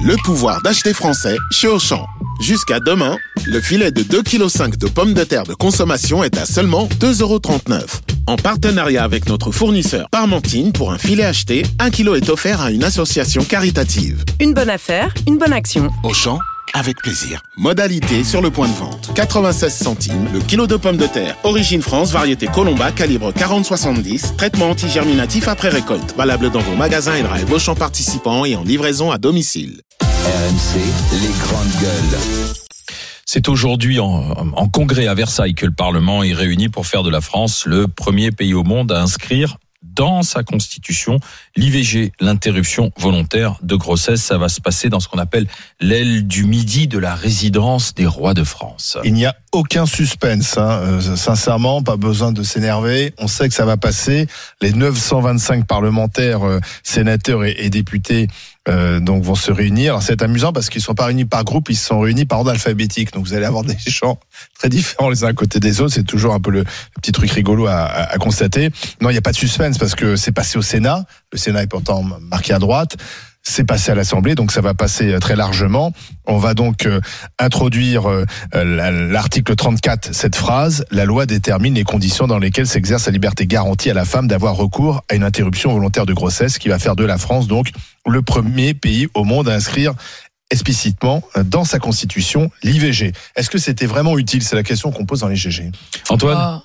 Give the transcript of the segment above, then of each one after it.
Le pouvoir d'acheter français chez Auchan. Jusqu'à demain, le filet de 2,5 kg de pommes de terre de consommation est à seulement 2,39 €. En partenariat avec notre fournisseur Parmentine, pour un filet acheté, 1 kg est offert à une association caritative. Une bonne affaire, une bonne action. Auchan, avec plaisir. Modalité sur le point de vente. 96 centimes le kilo de pommes de terre. Origine France, variété Colomba, calibre 40-70. Traitement antigerminatif après récolte. Valable dans vos magasins et drive Auchan participants et en livraison à domicile. RMC, les grandes gueules. C'est aujourd'hui en congrès à Versailles que le Parlement est réuni pour faire de la France le premier pays au monde à inscrire dans sa constitution l'IVG, l'interruption volontaire de grossesse. Ça va se passer dans ce qu'on appelle l'aile du midi de la résidence des rois de France. Il n'y a aucun suspense, sincèrement, pas besoin de s'énerver. On sait que ça va passer. Les 925 parlementaires, sénateurs et députés donc vont se réunir. Alors, c'est amusant parce qu'ils ne sont pas réunis par groupe, ils se sont réunis par ordre alphabétique. Donc vous allez avoir des gens très différents les uns à côté des autres. C'est toujours un peu le petit truc rigolo à constater. Non, il n'y a pas de suspense parce que c'est passé au Sénat. Le Sénat est pourtant marqué à droite. C'est passé à l'Assemblée, donc ça va passer très largement. On va donc introduire l'article 34, cette phrase: la loi détermine les conditions dans lesquelles s'exerce la liberté garantie à la femme d'avoir recours à une interruption volontaire de grossesse, qui va faire de la France donc le premier pays au monde à inscrire explicitement dans sa constitution l'IVG. Est-ce que c'était vraiment utile? C'est la question qu'on pose dans les GG. Antoine?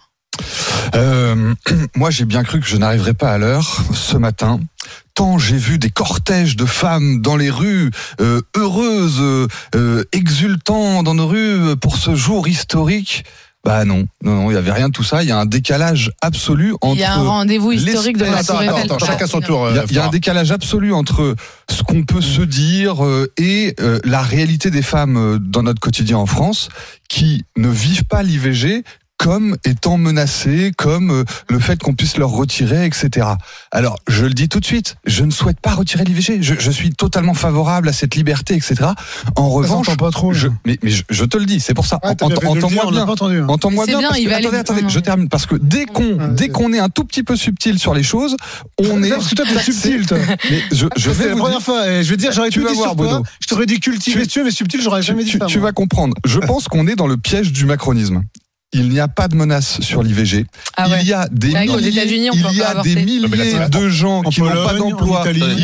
Moi, j'ai bien cru que je n'arriverais pas à l'heure ce matin. Tant j'ai vu des cortèges de femmes dans les rues, heureuses, exultant dans nos rues pour ce jour historique. Bah non, il y avait rien de tout ça. Il y a un décalage absolu entre. Il y a un rendez-vous historique de la Tour Eiffel. Attends, chacun son tour. Il y a un décalage absolu entre ce qu'on peut se dire et la réalité des femmes dans notre quotidien en France, qui ne vivent pas l'IVG comme étant menacées, comme le fait qu'on puisse leur retirer, etc. Alors, je le dis tout de suite, je ne souhaite pas retirer l'IVG. Je suis totalement favorable à cette liberté, etc. En revanche, pas trop, je te le dis, c'est pour ça. Entends-moi bien. Entends-moi bien. Attendez, je termine. Parce que dès qu'on est un tout petit peu subtil sur les choses, on est. Parce que toi, t'es subtil, toi. Mais je vais la première fois. Je veux dire, j'aurais pu dire sur toi. Je t'aurais dit cultivé, mais subtil, j'aurais jamais dit ça. Tu vas comprendre. Je pense qu'on est dans le piège du macronisme. Il n'y a pas de menace sur l'IVG. Il y a des milliers de gens qui n'ont pas d'emploi.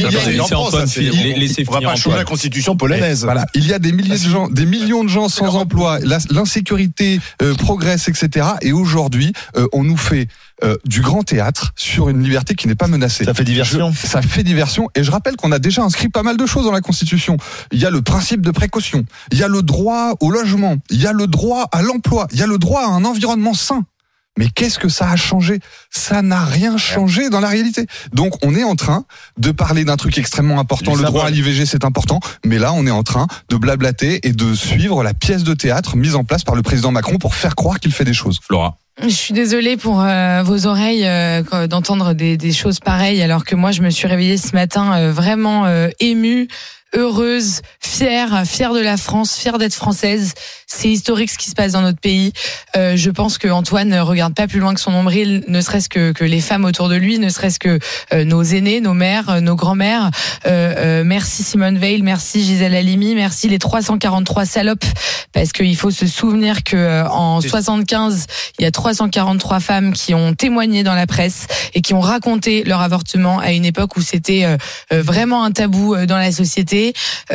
On va pas changer la constitution polonaise. Voilà. Il y a des millions de gens sans emploi. L'insécurité progresse, etc. Et aujourd'hui, on nous fait du grand théâtre sur une liberté qui n'est pas menacée. Ça fait diversion. Ça fait diversion. Et je rappelle qu'on a déjà inscrit pas mal de choses dans la Constitution. Il y a le principe de précaution. Il y a le droit au logement. Il y a le droit à l'emploi. Il y a le droit à un environnement sain. Mais qu'est-ce que ça a changé? Ça n'a rien changé dans la réalité. Donc on est en train de parler d'un truc extrêmement important. Le droit à l'IVG, c'est important. Mais là, on est en train de blablater et de suivre la pièce de théâtre mise en place par le président Macron pour faire croire qu'il fait des choses. Flora? Je suis désolée pour vos oreilles d'entendre des choses pareilles, alors que moi, je me suis réveillée ce matin vraiment émue, heureuse, fière de la France, fière d'être française. C'est historique ce qui se passe dans notre pays. Je pense que Antoine ne regarde pas plus loin que son nombril, ne serait-ce que les femmes autour de lui, ne serait-ce que nos aînés, nos mères, nos grands-mères. Merci Simone Veil, merci Gisèle Halimi, merci les 343 salopes, parce qu'il faut se souvenir que en 75, il y a 343 femmes qui ont témoigné dans la presse et qui ont raconté leur avortement à une époque où c'était vraiment un tabou dans la société.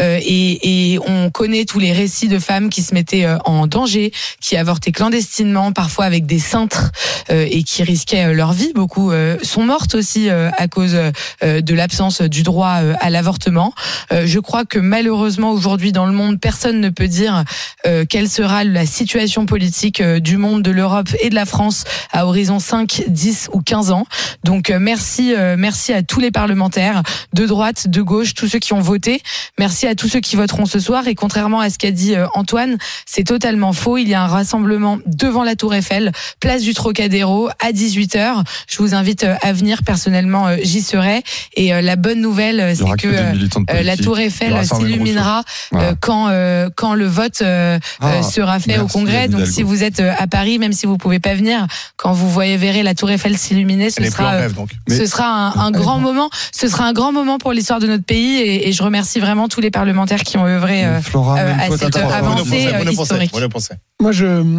Et on connaît tous les récits de femmes qui se mettaient en danger, qui avortaient clandestinement, parfois avec des cintres, et qui risquaient leur vie. Beaucoup sont mortes aussi à cause de l'absence du droit à l'avortement. Je crois que malheureusement aujourd'hui dans le monde, personne ne peut dire quelle sera la situation politique du monde, de l'Europe et de la France à horizon 5, 10 ou 15 ans. Donc merci à tous les parlementaires de droite, de gauche, tous ceux qui ont voté. Merci à tous ceux qui voteront ce soir. Et contrairement à ce qu'a dit Antoine, c'est totalement faux. Il y a un rassemblement devant la Tour Eiffel, place du Trocadéro, à 18h. Je vous invite à venir. Personnellement, j'y serai. Et la bonne nouvelle, c'est que la Tour Eiffel s'illuminera quand le vote sera fait au Congrès. Donc si vous êtes à Paris, même si vous pouvez pas venir, quand vous verrez la Tour Eiffel s'illuminer, ce sera un grand moment. Ce sera un grand moment pour l'histoire de notre pays. Et je remercie vraiment vraiment tous les parlementaires qui ont œuvré à cette avancée historique. Moi,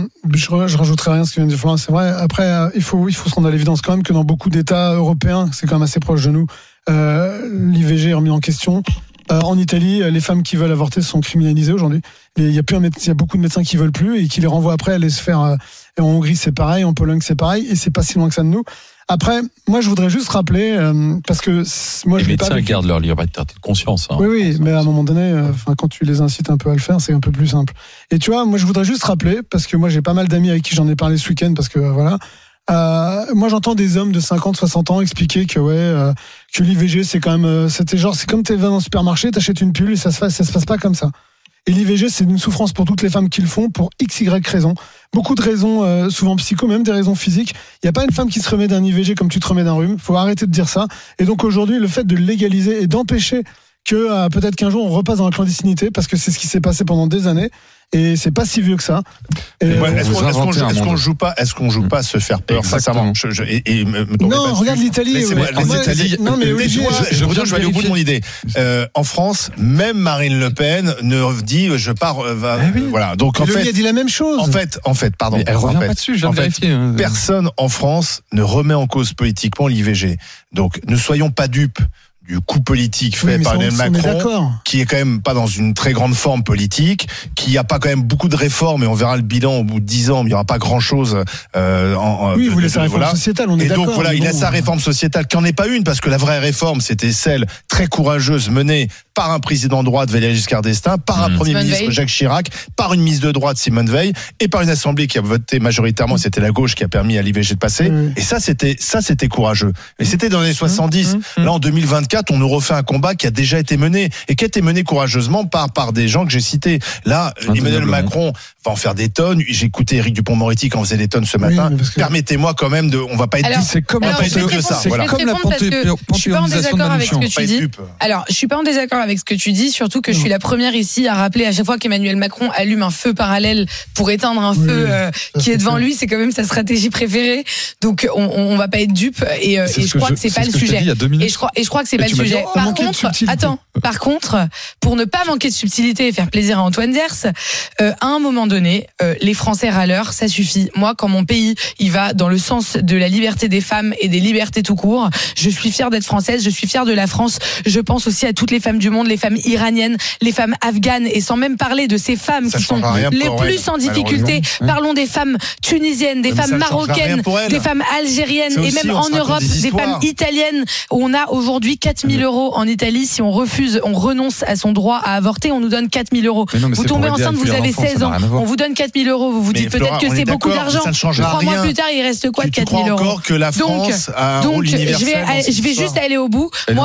je rajouterai rien à ce que vient de dire Florent. C'est vrai. Après, il faut se rendre à l'évidence quand même que dans beaucoup d'États européens, c'est quand même assez proche de nous, l'IVG est remis en question. En Italie, les femmes qui veulent avorter sont criminalisées aujourd'hui. Il y a beaucoup de médecins qui veulent plus et qui les renvoient après à aller se faire. En Hongrie, c'est pareil. En Pologne, c'est pareil. Et c'est pas si loin que ça de nous. Après, moi, je voudrais juste rappeler, parce que moi, les médecins gardent leur liberté de conscience. Hein. Oui, mais à un moment donné, quand tu les incites un peu à le faire, c'est un peu plus simple. Et tu vois, moi, je voudrais juste rappeler, parce que moi, j'ai pas mal d'amis avec qui j'en ai parlé ce week-end, parce que voilà. Moi, j'entends des hommes de 50, 60 ans expliquer que que l'IVG, c'est quand même, c'est comme tu vas dans le supermarché, t'achètes une pilule et ça se passe pas comme ça. Et l'IVG, c'est une souffrance pour toutes les femmes qui le font, pour x, y raisons. Beaucoup de raisons, souvent psycho, même des raisons physiques. Il n'y a pas une femme qui se remet d'un IVG comme tu te remets d'un rhume. Faut arrêter de dire ça. Et donc aujourd'hui, le fait de le légaliser et d'empêcher que peut-être qu'un jour on repasse dans la clandestinité, parce que c'est ce qui s'est passé pendant des années. Et c'est pas si vieux que ça. Est-ce qu'on joue pas à se faire peur, sincèrement? Non, regarde l'Italie. Non, mais je vais aller au bout de mon idée. En France, même Marine Le Pen ne dit je pars. Voilà. Donc en fait, il a dit la même chose. En fait, pardon. Mais elle revient pas dessus. Je viens de vérifier. Personne en France ne remet en cause politiquement l'IVG. Donc ne soyons pas dupes du coup politique fait par Emmanuel Macron, qui est quand même pas dans une très grande forme politique, qui a pas quand même beaucoup de réformes, et on verra le bilan au bout de 10 ans, mais il y aura pas grand chose. Il voulait sa réforme sociétale, on est d'accord. Et donc voilà, il a sa réforme sociétale, qui en est pas une, parce que la vraie réforme, c'était celle très courageuse menée par un président de droite, Valéry Giscard d'Estaing, par un premier ministre, Jacques Chirac, par une ministre de droite, Simone Veil, et par une assemblée qui a voté majoritairement, c'était la gauche qui a permis à l'IVG de passer. Et ça, c'était courageux. Mais c'était dans les années 70. Là, en 2024, on nous refait un combat qui a déjà été mené, et qui a été mené courageusement par des gens que j'ai cités. Là, Emmanuel Macron va en faire des tonnes. J'ai écouté Éric Dupond-Moretti qui en faisait des tonnes ce matin. Permettez-moi quand même on va pas être alors, c'est comme la je suis pas en désaccord avec ce que tu dis. Alors, je suis pas en désaccord avec ce que tu dis, surtout que je suis la première ici à rappeler à chaque fois qu'Emmanuel Macron allume un feu parallèle pour éteindre un feu qui est devant lui, c'est quand même sa stratégie préférée. Donc, on va pas être dupe, et je crois que c'est pas le sujet. Et je crois que c'est pas le sujet. Par contre, pour ne pas manquer de subtilité et faire plaisir à Antoine Ders, à un moment donné, les Français râleurs, ça suffit. Moi, quand mon pays, il va dans le sens de la liberté des femmes et des libertés tout court, je suis fière d'être française, je suis fière de la France. Je pense aussi à toutes les femmes du monde, les femmes iraniennes, les femmes afghanes, et sans même parler de ces femmes qui sont les plus en difficulté. Parlons des femmes tunisiennes, des femmes marocaines, des femmes algériennes, et même en Europe, des femmes italiennes. On a aujourd'hui 4 000 € en Italie. Si on refuse, on renonce à son droit à avorter, on nous donne 4 000 €. Vous tombez enceinte, vous avez 16 ans, on vous donne 4 000 €. Vous vous dites peut-être que c'est beaucoup d'argent. 3 mois plus tard, il reste quoi de 4 000 €? Encore que la France a un rôle universel. Je vais juste aller au bout. Moi,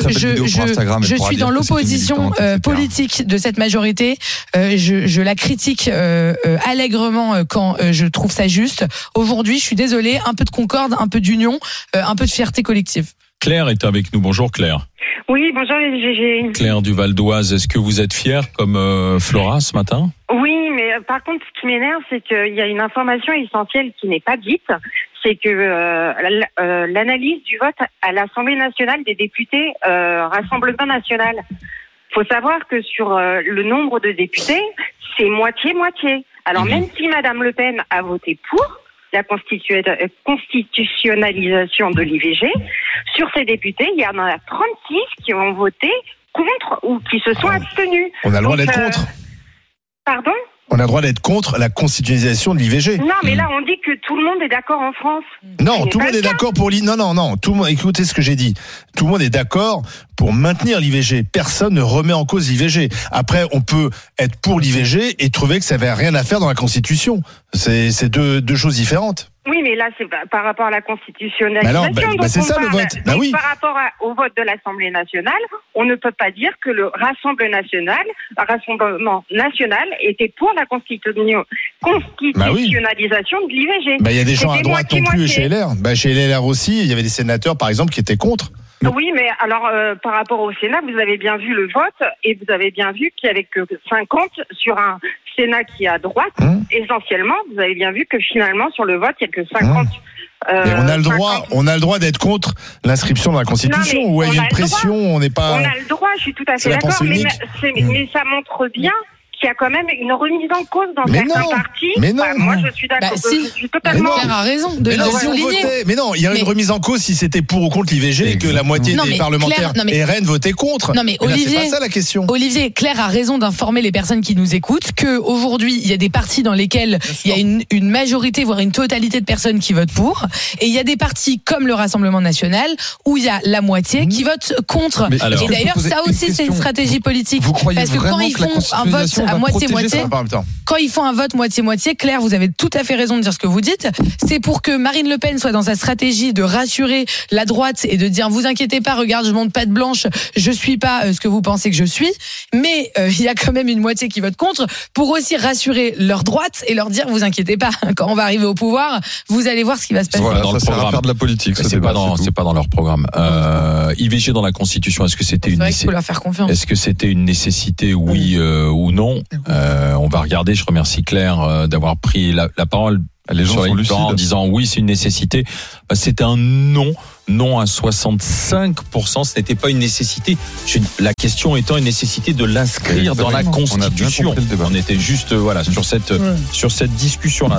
je suis dans l'opposition politique de cette majorité. Je la critique allègrement quand je trouve ça juste. Aujourd'hui, je suis désolée, un peu de concorde, un peu d'union, un peu de fierté collective. Claire est avec nous. Bonjour Claire. Oui, bonjour les GG. Claire du Val d'Oise, est-ce que vous êtes fière comme Flora ce matin? Oui, mais par contre, ce qui m'énerve, c'est qu'il y a une information essentielle qui n'est pas dite. C'est que l'analyse du vote à l'Assemblée nationale des députés Rassemblement national. Faut savoir que sur le nombre de députés, c'est moitié-moitié. Alors même si Madame Le Pen a voté pour la constitutionnalisation de l'IVG, sur ces députés, il y en a 36 qui ont voté contre ou qui se sont abstenus. On a le droit d'être contre. Pardon ? On a le droit d'être contre la constitutionnalisation de l'IVG. Non, mais là, on dit que tout le monde est d'accord en France. Non, tout le monde est d'accord pour Non. Tout le monde, écoutez ce que j'ai dit. Tout le monde est d'accord pour maintenir l'IVG. Personne ne remet en cause l'IVG. Après, on peut être pour l'IVG et trouver que ça n'avait rien à faire dans la Constitution. C'est deux choses différentes. Oui, mais là, c'est par rapport à la constitutionnalisation. C'est ça le vote. Oui. Par rapport au vote de l'Assemblée nationale, on ne peut pas dire que le Rassemblement national était pour la constitutionnalisation de l'IVG. Il y a des gens à droite non plus chez LR. Chez LR aussi, il y avait des sénateurs, par exemple, qui étaient contre. Oui, mais alors, par rapport au Sénat, vous avez bien vu le vote, et vous avez bien vu qu'il y avait que 50 sur un Sénat qui est à droite. Essentiellement, vous avez bien vu que finalement, sur le vote, il n'y a que 50 Mais on a le droit d'être contre l'inscription dans la Constitution. Non, où il y a une pression, on n'est On pas. a le droit, je suis tout à C'est fait la d'accord, pensée mais ça montre bien qu'il y a quand même une remise en cause dans certains partis. Mais non. Moi, je suis d'accord. Je suis totalement. Claire a raison de Mais le non, si on souligner. votait, mais non, il y a une remise en cause si c'était pour ou contre l'IVG et que la moitié des parlementaires RN votaient contre. Non mais là, Olivier, c'est pas ça la question. Olivier, Claire a raison d'informer les personnes qui nous écoutent que aujourd'hui il y a des partis dans lesquels il y a une majorité voire une totalité de personnes qui votent pour, et il y a des partis comme le Rassemblement National où il y a la moitié qui vote contre. Mais et d'ailleurs ça aussi c'est une stratégie politique. Vous croyez parce que quand ils font un vote à moitié-moitié, quand ils font un vote moitié-moitié, Claire, vous avez tout à fait raison de dire ce que vous dites. C'est pour que Marine Le Pen soit dans sa stratégie de rassurer la droite et de dire, vous inquiétez pas, regarde, je monte patte blanche, je suis pas ce que vous pensez que je suis. Mais il y a quand même une moitié qui vote contre pour aussi rassurer leur droite et leur dire, vous inquiétez pas, quand on va arriver au pouvoir, vous allez voir ce qui va se passer. Voilà, dans le ça sert à programme. faire de la politique. C'est pas dans leur programme. IVG dans la Constitution, est-ce que c'était une nécessité? Leur faire confiance. Est-ce que c'était une nécessité, oui ou non? On va regarder. Je remercie Claire d'avoir pris la parole. Les gens sont lucides en disant oui, c'est une nécessité. C'est un non à 65%. Ce n'était pas une nécessité. La question étant une nécessité de l'inscrire dans la Constitution. On était juste sur cette discussion-là.